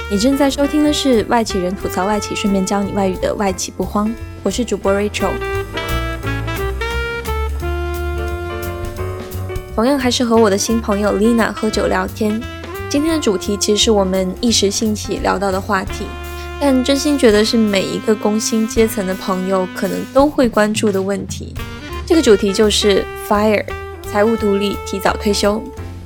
你正在收听的是外企人吐槽外企，顺便教你外语的外企不慌。我是主播 Rachel。同样还是和我的新朋友 Lina 喝酒聊天。今天的主题其实是我们一时兴起聊到的话题，但真心觉得是每一个工薪阶层的朋友可能都会关注的问题。这个主题就是 FIRE， 财务独立，提早退休。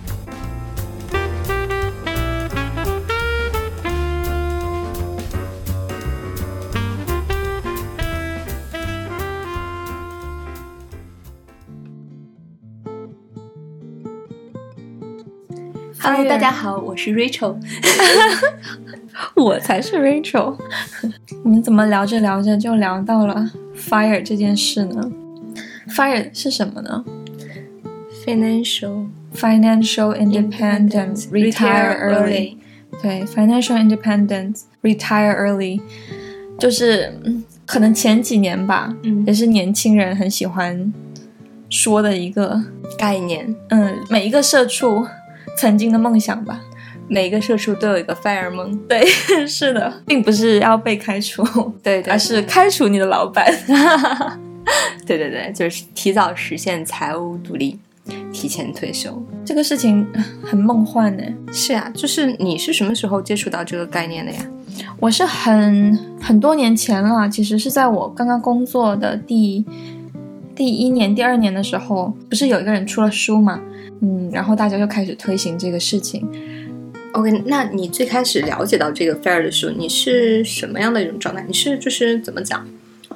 Hello， 大家好，我是 Rachel。 我才是 Rachel。我们怎么聊着聊着就聊到了 FIRE 这件事呢？ FIRE 是什么呢？ Financial Independence Retire Early。 对， Financial Independence Retire Early 就是可能前几年吧，也是年轻人很喜欢说的一个概念。 每一个社畜曾经的梦想吧， 每个社畜都有一个 FIRE 梦。 对，是的，并不是要被开除， 对， 而是开除你的老板。 对，就是提早实现财务独立，提前退休。 这个事情很梦幻呢。 是啊，就是你是什么时候接触到这个概念的呀？ 我是很多年前了，其实是在我刚刚工作的第一年、第二年的时候，不是有一个人出了书嘛，然后大家就开始推行这个事情。 OK， 那你最开始了解到这个 FIRE 的时候，你是什么样的一种状态？你是就是怎么讲？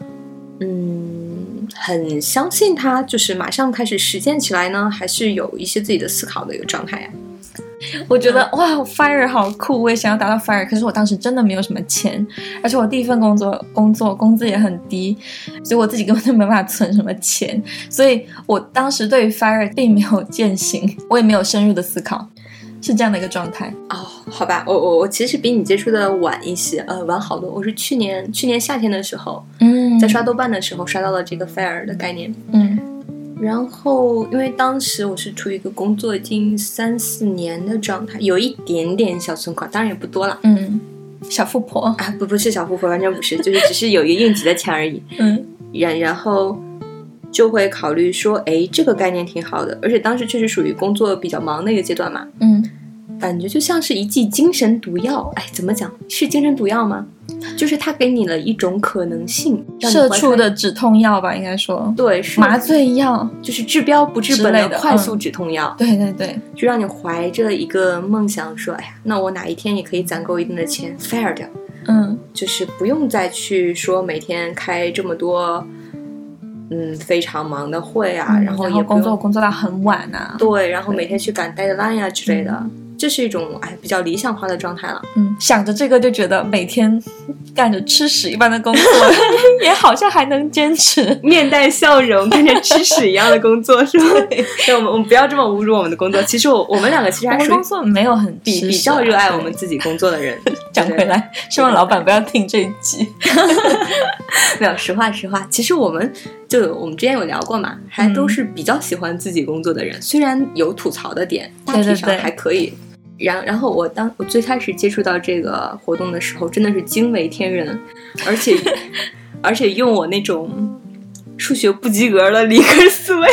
很相信它，就是马上开始实践起来呢，还是有一些自己的思考的一个状态呀？ 我觉得哇 FIRE 好酷，我也想要达到 FIRE， 可是我当时真的没有什么钱，而且我第一份工资也很低，所以我自己根本就没办法存什么钱，所以我当时对于 FIRE 并没有践行，我也没有深入的思考，是这样的一个状态。 好吧，我其实比你接触的晚一些，晚好多。我是去年夏天的时候，在刷豆瓣的时候刷到了这个 FIRE 的概念，然后因为当时我是处于一个工作已经3-4年的状态，有一点点小存款，当然也不多了， 小富婆啊，不是小富婆，完全不是，就是只是有一个应急的钱而已，然后就会考虑说，这个概念挺好的，而且当时确实属于工作比较忙的一个阶段嘛，感觉就像是一剂精神毒药。怎么讲？是精神毒药吗？就是它给你了一种可能性， 社畜的止痛药吧，应该说。对，是麻醉药， 就是治标不治本的快速止痛药。 对， 就让你怀着一个梦想说，那我哪一天也可以攒够一定的钱 FIRE 掉。就是不用再去说每天开这么多非常忙的会啊，然后也工作到很晚啊， 对，然后每天去赶 deadline 啊之类的，这是一种比较理想化的状态了。 想着这个就觉得每天干着吃屎一般的工作也好像还能坚持， 面带笑容干着吃屎一样的工作，是吧？对，我们不要这么侮辱我们的工作。其实我们两个其实还属于工作没有很比较热爱我们自己工作的人。 讲回来，希望老板不要听这一集。 没有，实话，其实我们之前有聊过嘛，还都是比较喜欢自己工作的人，虽然有吐槽的点，大体上还可以。然后我最开始接触到这个活动的时候，真的是惊为天人，而且用我那种数学不及格的理科思维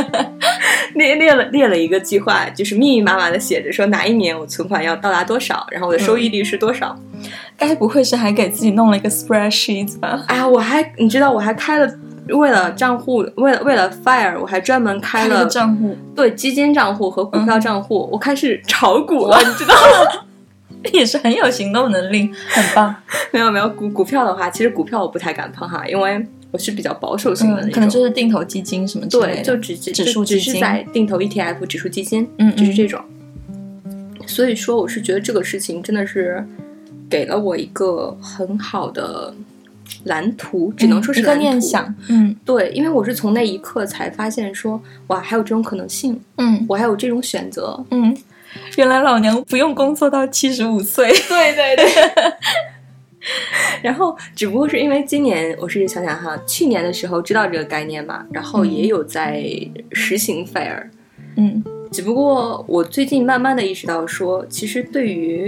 列了一个计划，就是密密麻麻的写着说哪一年我存款要到达多少，然后我的收益率是多少。 该不会是还给自己弄了一个 spreadsheet 吧？ 你知道我还开了，为了账户，为了 FIRE， 我还专门开了账户， 对，基金账户和股票账户，我开始炒股了，你知道吗？ 也是很有行动能力，很棒。 没有股票的话，其实股票我不太敢碰哈，因为我是比较保守型的那种， 可能就是定投基金什么之类的， 对，就指数基金，只是在定投 ETF 指数基金，就是这种。所以说，我是觉得这个事情真的是给了我一个很好的蓝图，只能说是蓝图， 一个念想。 对，因为我是从那一刻才发现说，哇，还有这种可能性，我还有这种选择， 原来老娘不用工作到75岁。 对。然后只不过是因为今年我是想想哈，去年的时候知道这个概念嘛，然后也有在实行 FIRE，只不过我最近慢慢的意识到说，其实对于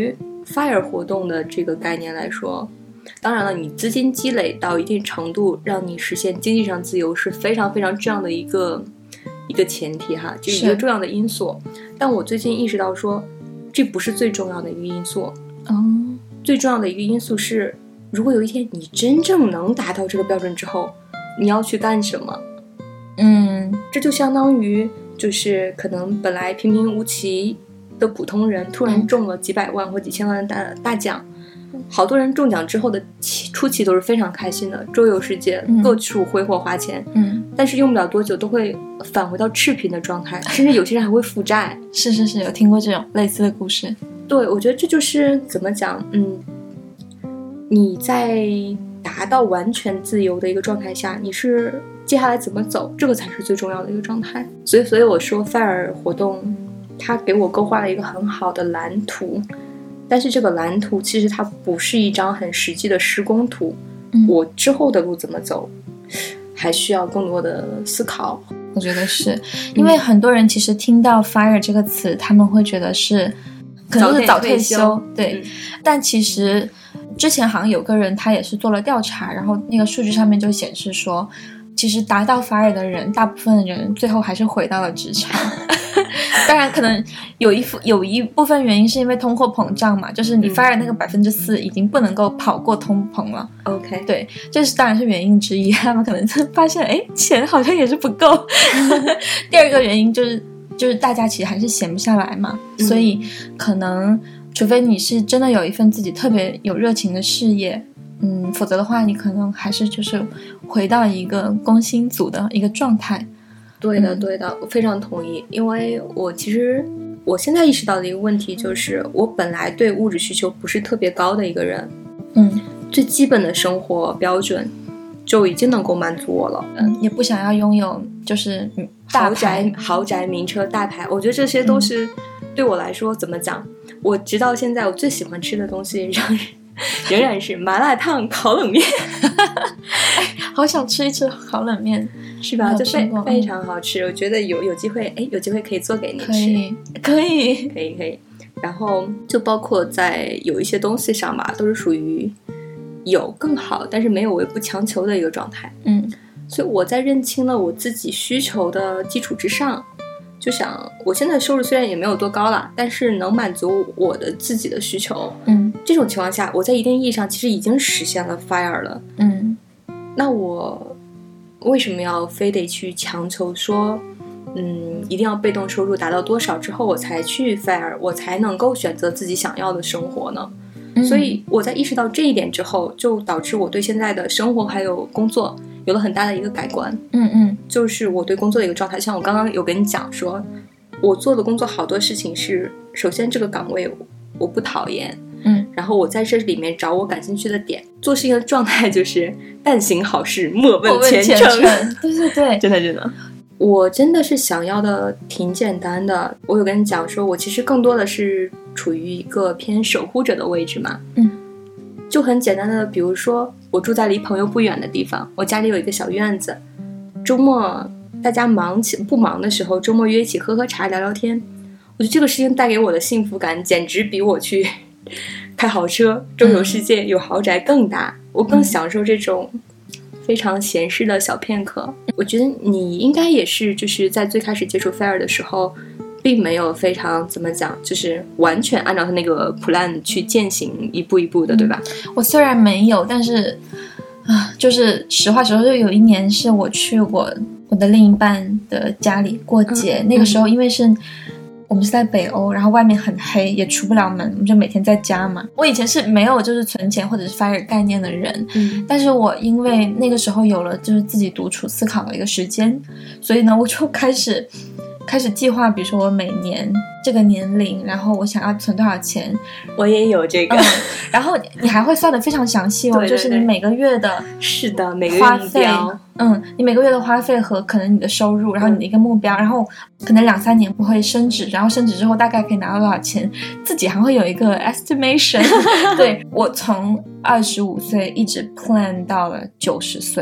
FIRE 活动的这个概念来说，当然了，你资金积累到一定程度，让你实现经济上自由是非常非常重要的一个前提哈，就是一个重要的因素。但我最近意识到说，这不是最重要的一个因素。最重要的一个因素是，如果有一天你真正能达到这个标准之后，你要去干什么？这就相当于就是可能本来平平无奇的普通人突然中了几百万或几千万的大奖，好多人中奖之后的初期都是非常开心的，周游世界，各处挥霍花钱，但是用不了多久都会返回到赤贫的状态，甚至有些人还会负债。 是，有听过这种类似的故事。 对，我觉得这就是怎么讲，你在达到完全自由的一个状态下，你是接下来怎么走，这个才是最重要的一个状态。所以我说 FIRE 活动它给我勾画了一个很好的蓝图，但是这个蓝图其实它不是一张很实际的施工图，我之后的路怎么走还需要更多的思考。 我觉得是因为很多人其实听到 FIRE 这个词，他们会觉得是可能是早退休，对，但其实之前好像有个人他也是做了调查，然后那个数据上面就显示说，其实达到 FIRE 的人，大部分人最后还是回到了职场。当然可能有一部分原因是因为通货膨胀嘛，就是你 FIRE 那个4%已经不能够跑过通膨了。 OK， 对，这是当然是原因之一，他们可能发现钱好像也是不够。第二个原因就是大家其实还是闲不下来嘛，所以可能除非你是真的有一份自己特别有热情的事业，否则的话你可能还是就是回到一个工薪族的一个状态。 对的，我非常同意。因为我现在意识到的一个问题就是，我本来对物质需求不是特别高的一个人，最基本的生活标准就已经能够满足我了。 也不想要拥有就是豪宅名车大牌，我觉得这些都是对我来说怎么讲，我直到现在我最喜欢吃的东西仍然是麻辣烫烤冷面。 好想吃一次烤冷面， 是吧？就非常好吃。我觉得有机会可以做给你吃。 可以。 然后就包括在有一些东西上吧，都是属于有更好，但是没有我也不强求的一个状态。所以我在认清了我自己需求的基础之上，就想我现在收入虽然也没有多高了，但是能满足我的自己的需求。这种情况下，我在一定意义上其实已经实现了 FIRE 了。那我为什么要非得去强求说一定要被动收入达到多少之后我才去 FIRE， 我才能够选择自己想要的生活呢？所以我在意识到这一点之后，就导致我对现在的生活还有工作有了很大的一个改观。就是我对工作的一个状态，像我刚刚有跟你讲说，我做的工作好多事情是，首先这个岗位我不讨厌，然后我在这里面找我感兴趣的点，做事情的状态就是但行好事莫问前程。 对， 真的我真的是想要的挺简单的。我有跟你讲说，我其实更多的是处于一个偏守护者的位置嘛。就很简单的，比如说我住在离朋友不远的地方，我家里有一个小院子，周末大家不忙的时候，周末约一起喝喝茶聊聊天，我觉得这个事情带给我的幸福感简直比我去开豪车周游世界有豪宅更大。我更享受这种非常闲适的小片刻。我觉得你应该也是，就是在最开始接触 FIRE 的时候并没有非常怎么讲，就是完全按照他那个 plan 去践行一步一步的，对吧？ 我虽然没有，但是就是实话实说，就有一年是我去我的另一半的家里过节，那个时候因为是我们是在北欧，然后外面很黑，也出不了门，我们就每天在家嘛。我以前是没有就是存钱或者是 FIRE 概念的人，但是我因为那个时候有了就是自己独处思考的一个时间，所以呢我就开始计划，比如说我每年这个年龄，然后我想要存多少钱。 我也有这个， 然后你还会算得非常详细哦，对，就是你每个月的， 是的，每个月目标， 你每个月的花费和可能你的收入，然后你的一个目标，然后可能2-3年不会升值，然后升值之后大概可以拿到多少钱，自己还会有一个 estimation。对，我从25岁一直 plan 到了90岁。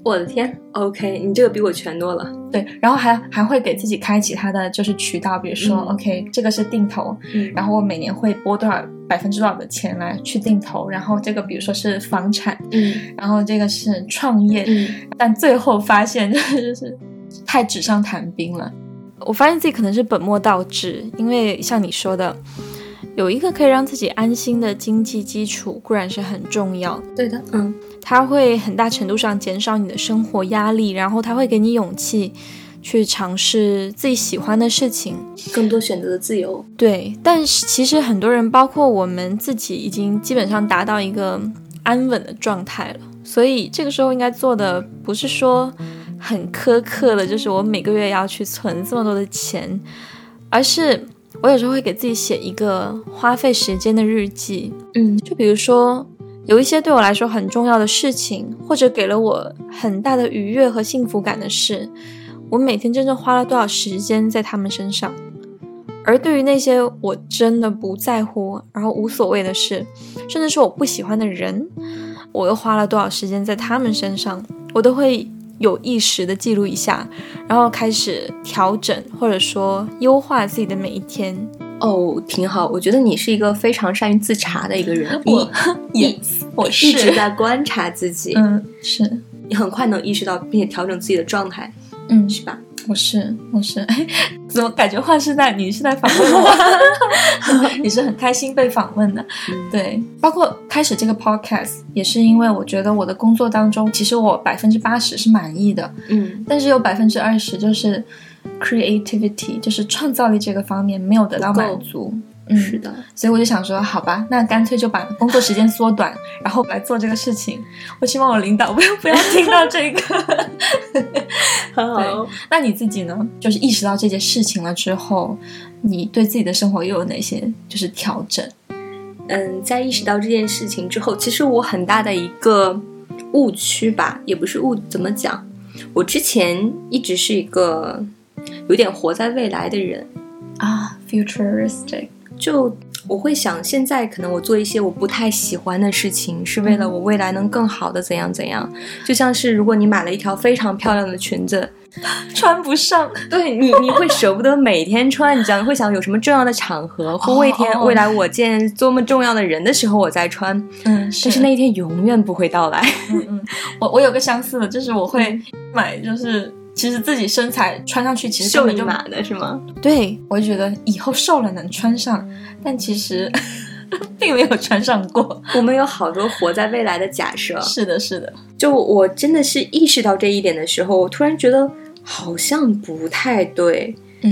我的天 OK 你这个比我全多了。 对，然后还会给自己开启它的就是渠道，比如说、OK 这个是定投、然后我每年会拨多少%多少的钱来去定投，然后这个比如说是房产，然后这个是创业，但最后发现就是太纸上谈兵了。我发现自己可能是本末倒置，因为像你说的，有一个可以让自己安心的经济基础固然是很重要， 对的， 它会很大程度上减少你的生活压力，然后它会给你勇气去尝试自己喜欢的事情， 更多选择的自由。 对，但是其实很多人包括我们自己已经基本上达到一个安稳的状态了，所以这个时候应该做的不是说很苛刻的就是我每个月要去存这么多的钱，而是我有时候会给自己写一个花费时间的日记，就比如说有一些对我来说很重要的事情，或者给了我很大的愉悦和幸福感的事，我每天真正花了多少时间在他们身上。而对于那些我真的不在乎然后无所谓的事，甚至是我不喜欢的人，我又花了多少时间在他们身上，我都会有意识的记录一下，然后开始调整或者说优化自己的每一天。 挺好，我觉得你是一个非常善于自察的一个人。我是一直在观察自己， 是你很快能意识到并且调整自己的状态，是吧？ 我是怎么感觉你是在访问我你是很开心被访问的，对，包括开始这个 podcast 也是因为我觉得我的工作当中其实我80%是满意的，但是有20%就是creativity 就是创造力这个方面没有得到满足， 是的， 所以我就想说好吧，那干脆就把工作时间缩短然后来做这个事情。我希望我领导不要听到这个很好。 那你自己呢，就是意识到这件事情了之后，你对自己的生活又有哪些就是调整？ 在意识到这件事情之后，其实我很大的一个误区吧，也不是怎么讲，我之前一直是一个有点活在未来的人啊 futuristic， 就我会想现在可能我做一些我不太喜欢的事情是为了我未来能更好的怎样怎样，就像是如果你买了一条非常漂亮的裙子穿不上， 对你会舍不得每天穿，你这样会想有什么重要的场合或未来我见多么重要的人的时候我再穿，但是那一天永远不会到来。 我有个相似的，就是我会买就是其实自己身材穿上去其实瘦一码的是吗？ 对，我觉得以后瘦了能穿上，但其实并没有穿上过。 我们有好多活在未来的假设。 是的就我真的是意识到这一点的时候，我突然觉得好像不太对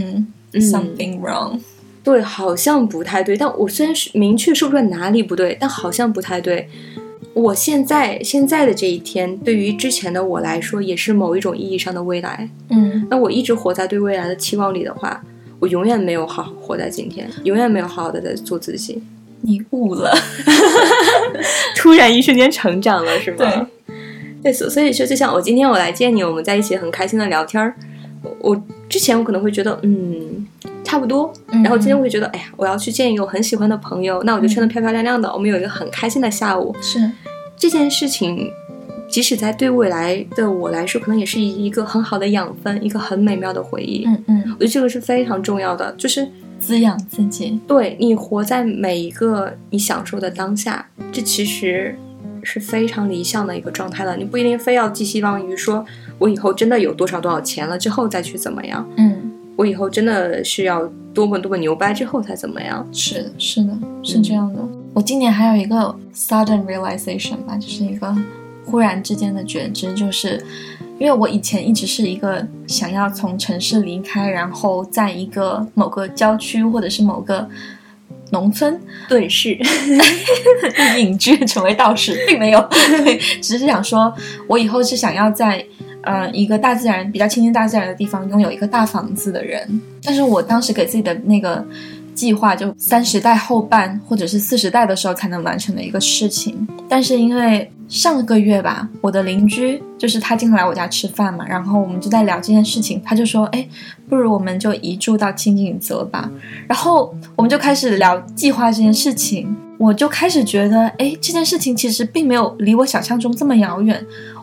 something wrong， 对，好像不太对，但我虽然是明确说不出来哪里不对，但好像不太对。我现在的这一天对于之前的我来说也是某一种意义上的未来，那我一直活在对未来的期望里的话，我永远没有好好活在今天，永远没有好好的在做自己。 你悟了突然一瞬间成长了是吗？ 对， 所以说就像今天我来见你，我们在一起很开心的聊天，我之前我可能会觉得差不多，然后今天我会觉得哎呀，我要去见一个我很喜欢的朋友，那我就穿得漂漂亮亮的，我们有一个很开心的下午。 是这件事情即使在对未来的我来说可能也是一个很好的养分，一个很美妙的回忆。我觉得这个是非常重要的，就是滋养自己， 对，你活在每一个你享受的当下，这其实是非常理想的一个状态了。你不一定非要寄希望于说我以后真的有多少钱了之后再去怎么样，我以后真的是要多么牛掰之后才怎么样。 是的是这样的。我今年还有一个 sudden realization 吧，就是一个忽然之间的觉知，就是因为我以前一直是一个想要从城市离开，然后在一个某个郊区或者是某个农村遁世隐居成为道士，并没有只是想说我以后是想要在一个大自然比较亲近大自然的地方拥有一个大房子的人。但是我当时给自己的那个计划就30代后半或者是40代的时候才能完成的一个事情。但是因为上个月吧，我的邻居就是他经常来我家吃饭嘛，然后我们就在聊这件事情，他就说不如我们就移住到清景泽吧。然后我们就开始聊计划这件事情，我就开始觉得这件事情其实并没有离我想象中这么遥远。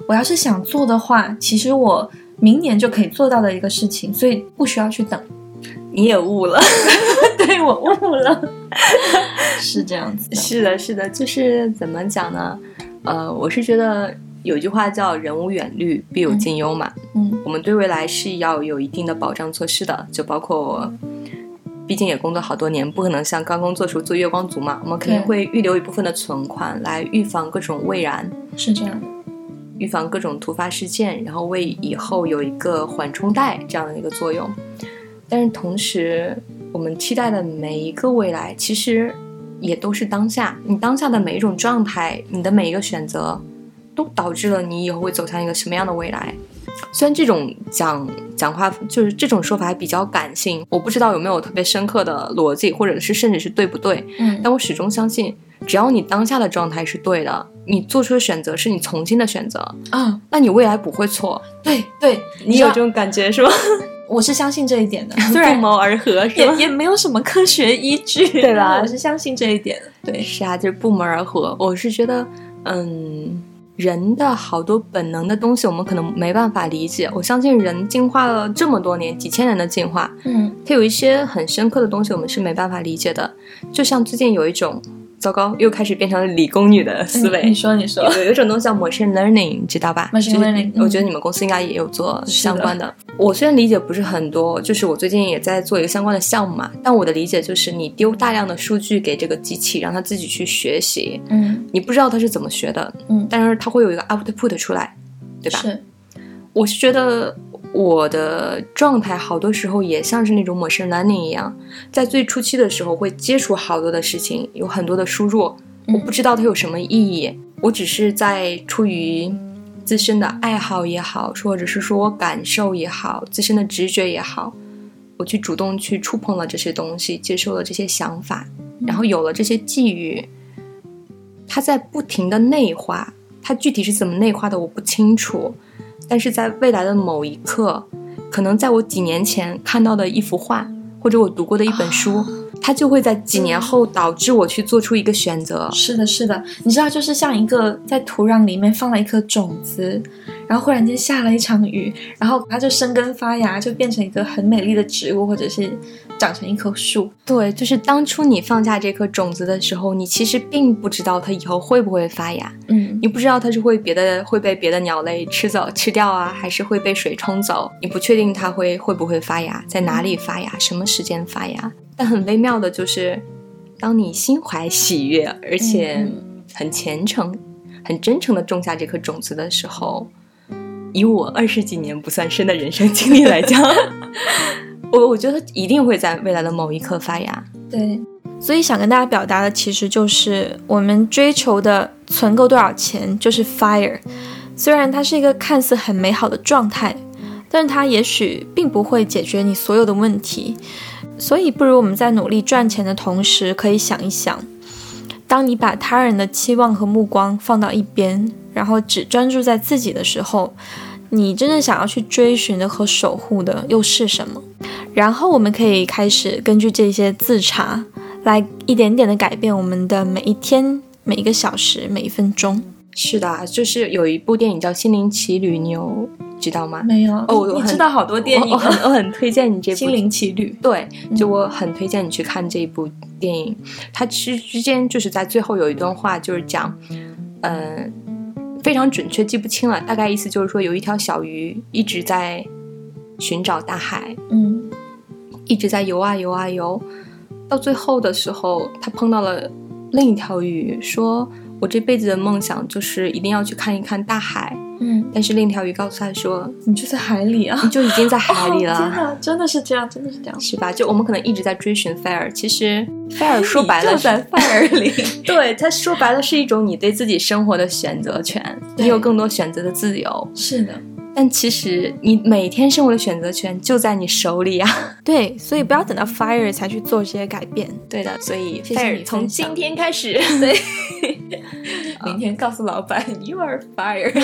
我要是想做的话，其实我明年就可以做到的一个事情，所以不需要去等。 你也悟了。 对，我悟了。是这样子的。 是的是的，就是怎么讲呢，我是觉得有句话叫人无远虑必有近忧嘛。我们对未来是要有一定的保障措施的，就包括我毕竟也工作好多年，不可能像刚工作时候做月光族嘛，我们肯定会预留一部分的存款来预防各种未然。 是这样的， 预防各种突发事件，然后为以后有一个缓冲带这样的一个作用。但是同时我们期待的每一个未来其实也都是当下，你当下的每一种状态，你的每一个选择都导致了你以后会走向一个什么样的未来。虽然这种讲话就是这种说法还比较感性，我不知道有没有特别深刻的逻辑，或者是甚至是对不对，但我始终相信只要你当下的状态是对的，你做出的选择是你从心的选择那你未来不会错。 对对， 你有这种感觉是吗？ 我是相信这一点的，虽然不谋而合是吧？ 也没有什么科学依据， 对吧？ 我是相信这一点的。对， 是啊，就是不谋而合。我是觉得人的好多本能的东西我们可能没办法理解，我相信人进化了这么多年，几千年的进化，它有一些很深刻的东西我们是没办法理解的。就像最近有一种，糟糕，又开始变成了理工女的思维。 你说有一种东西叫 machine learning， 你知道吧？ machine learning， 我觉得你们公司应该也有做相关的。我虽然理解不是很多，就是我最近也在做一个相关的项目嘛，但我的理解就是你丢大量的数据给这个机器，让它自己去学习，你不知道它是怎么学的，但是它会有一个 output 出来，对吧？ 是， 我是觉得我的状态好多时候也像是那种 machine learning 一样，在最初期的时候会接触好多的事情，有很多的输入，我不知道它有什么意义，我只是在出于自身的爱好也好，或者是说我感受也好，自身的直觉也好，我去主动去触碰了这些东西，接受了这些想法，然后有了这些际遇，它在不停的内化，它具体是怎么内化的我不清楚，但是在未来的某一刻，可能在我几年前看到的一幅画，或者我读过的一本书，它就会在几年后导致我去做出一个选择。 是的是的，你知道就是像一个在土壤里面放了一颗种子，然后忽然间下了一场雨，然后它就生根发芽，就变成一个很美丽的植物，或者是长成一棵树。 对，就是当初你放下这颗种子的时候，你其实并不知道它以后会不会发芽，你不知道它是会被别的鸟类吃掉啊，还是会被水冲走，你不确定它会不会发芽，在哪里发芽，什么时间发芽。但很微妙的就是当你心怀喜悦，而且很虔诚很真诚的种下这颗种子的时候，以我20几年不算深的人生经历来讲我觉得一定会在未来的某一刻发芽。 对，所以想跟大家表达的其实就是我们追求的存够多少钱就是 FIRE， 虽然它是一个看似很美好的状态，但是它也许并不会解决你所有的问题。所以不如我们在努力赚钱的同时，可以想一想，当你把他人的期望和目光放到一边，然后只专注在自己的时候，你真正想要去追寻的和守护的又是什么？然后我们可以开始根据这些自查，来一点点的改变我们的每一天、每一个小时、每一分钟。 是的，就是有一部电影叫《心灵奇旅》，你有知道吗？ 没有。你知道好多电影。 我很推荐你这部《 心灵奇旅》。 对，就我很推荐你去看这一部电影。它之间就是在最后有一段话，就是讲非常准确记不清了，大概意思就是说有一条小鱼一直在寻找大海，一直在游啊游啊游，到最后的时候他碰到了另一条鱼，说我这辈子的梦想就是一定要去看一看大海，但是另一条鱼告诉他说你就在海里啊， 你就已经在海里了。 天哪，真的是这样，真的是这样， 是吧？就我们可能一直在追寻 FIRE， 其实 FIRE 说白了你就在 FIRE 里对，它说白了是一种你对自己生活的选择权，你有更多选择的自由。 是的， 但其实你每天生活的选择权就在你手里啊。 对，所以不要等到 FIRE 才去做这些改变。 对的，所以谢谢你 FIRE 从今天开始。 对明天告诉老板 You are FIRE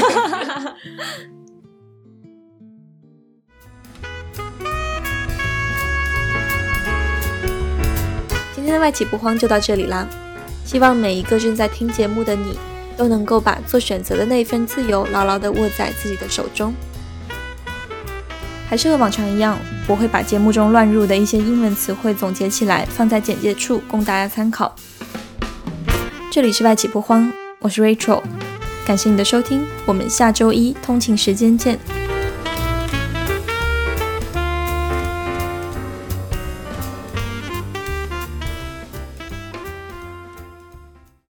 今天的外企不慌就到这里啦，希望每一个正在听节目的你都能够把做选择的那一份自由牢牢地握在自己的手中。还是和往常一样，我会把节目中乱入的一些英文词汇总结起来，放在简介处供大家参考。这里是外企不慌，我是 Rachel， 感谢你的收听，我们下周一通勤时间见。